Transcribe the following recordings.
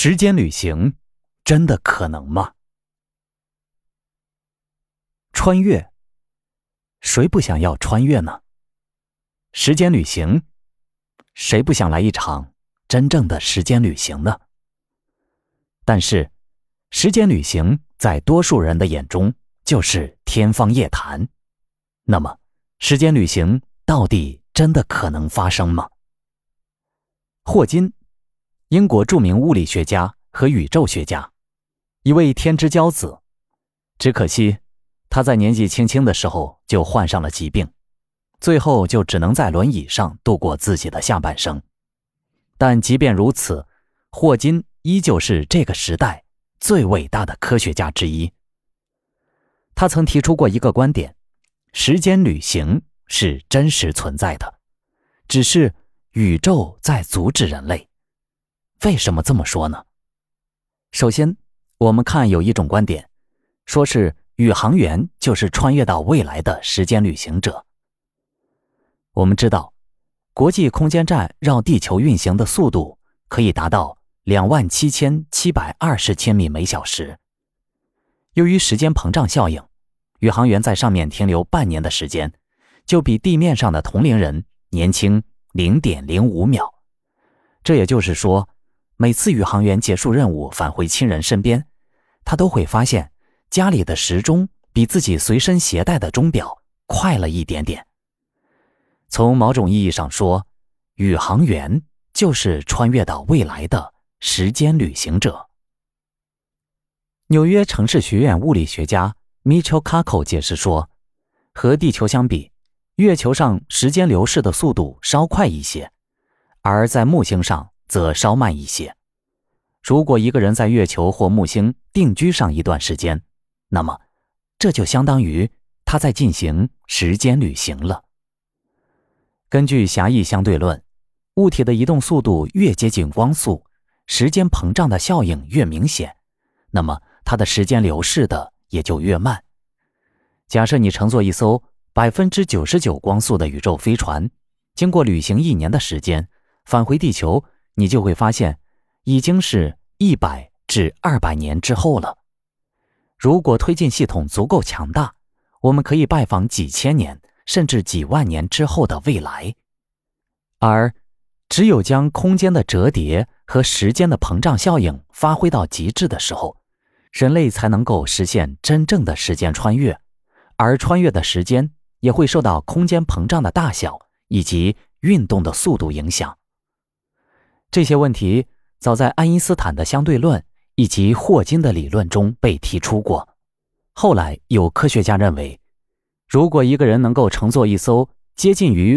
时间旅行真的可能吗？穿越，谁不想要穿越呢？时间旅行，谁不想来一场真正的时间旅行呢？但是，时间旅行在多数人的眼中就是天方夜谭。那么，时间旅行到底真的可能发生吗？霍金，英国著名物理学家和宇宙学家，一位天之骄子，只可惜他在年纪轻轻的时候就患上了疾病，最后就只能在轮椅上度过自己的下半生。但即便如此，霍金依旧是这个时代最伟大的科学家之一。他曾提出过一个观点，时间旅行是真实存在的，只是宇宙在阻止人类。为什么这么说呢？首先，我们看有一种观点，说是宇航员就是穿越到未来的时间旅行者。我们知道，国际空间站绕地球运行的速度可以达到27720千米每小时。由于时间膨胀效应，宇航员在上面停留半年的时间，就比地面上的同龄人年轻 0.05秒。这也就是说，每次宇航员结束任务返回亲人身边，他都会发现家里的时钟比自己随身携带的钟表快了一点点。从某种意义上说，宇航员就是穿越到未来的时间旅行者。纽约城市学院物理学家 Michio Kaku 解释说，和地球相比，月球上时间流逝的速度稍快一些，而在木星上则稍慢一些。如果一个人在月球或木星定居上一段时间，那么这就相当于他在进行时间旅行了。根据狭义相对论，物体的移动速度越接近光速，时间膨胀的效应越明显，那么它的时间流逝的也就越慢。假设你乘坐一艘99%光速的宇宙飞船，经过旅行1年的时间，返回地球，你就会发现已经是100至200年之后了。如果推进系统足够强大，我们可以拜访几千年甚至几万年之后的未来。而只有将空间的折叠和时间的膨胀效应发挥到极致的时候，人类才能够实现真正的时间穿越，而穿越的时间也会受到空间膨胀的大小以及运动的速度影响。这些问题早在爱因斯坦的相对论以及霍金的理论中被提出过。后来有科学家认为，如果一个人能够乘坐一艘接近于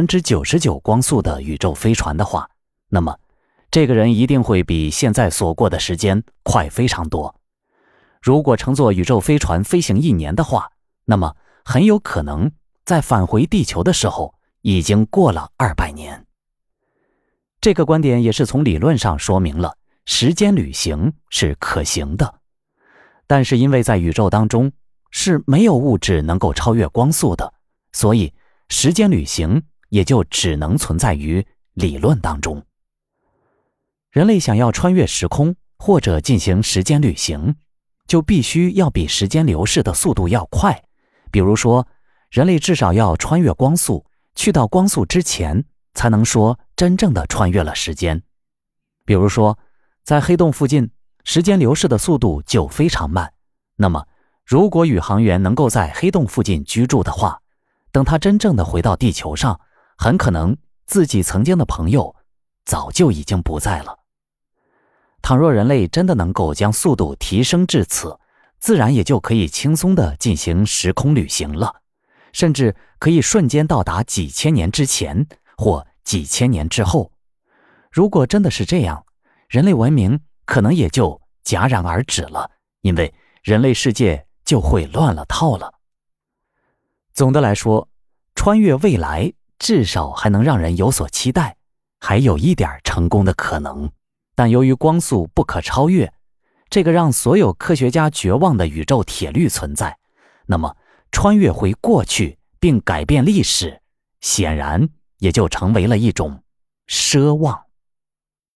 99%光速的宇宙飞船的话，那么这个人一定会比现在所过的时间快非常多。如果乘坐宇宙飞船飞行1年的话，那么很有可能在返回地球的时候已经过了200年。这个观点也是从理论上说明了时间旅行是可行的。但是因为在宇宙当中是没有物质能够超越光速的，所以时间旅行也就只能存在于理论当中。人类想要穿越时空或者进行时间旅行，就必须要比时间流逝的速度要快。比如说，人类至少要穿越光速，去到光速之前，才能说真正的穿越了时间。比如说，在黑洞附近，时间流逝的速度就非常慢。那么，如果宇航员能够在黑洞附近居住的话，等他真正的回到地球上，很可能自己曾经的朋友早就已经不在了。倘若人类真的能够将速度提升至此，自然也就可以轻松地进行时空旅行了，甚至可以瞬间到达几千年之前或几千年之后。如果真的是这样，人类文明可能也就戛然而止了，因为人类世界就会乱了套了。总的来说，穿越未来至少还能让人有所期待，还有一点成功的可能。但由于光速不可超越，这个让所有科学家绝望的宇宙铁律存在，那么穿越回过去并改变历史，显然也就成为了一种奢望。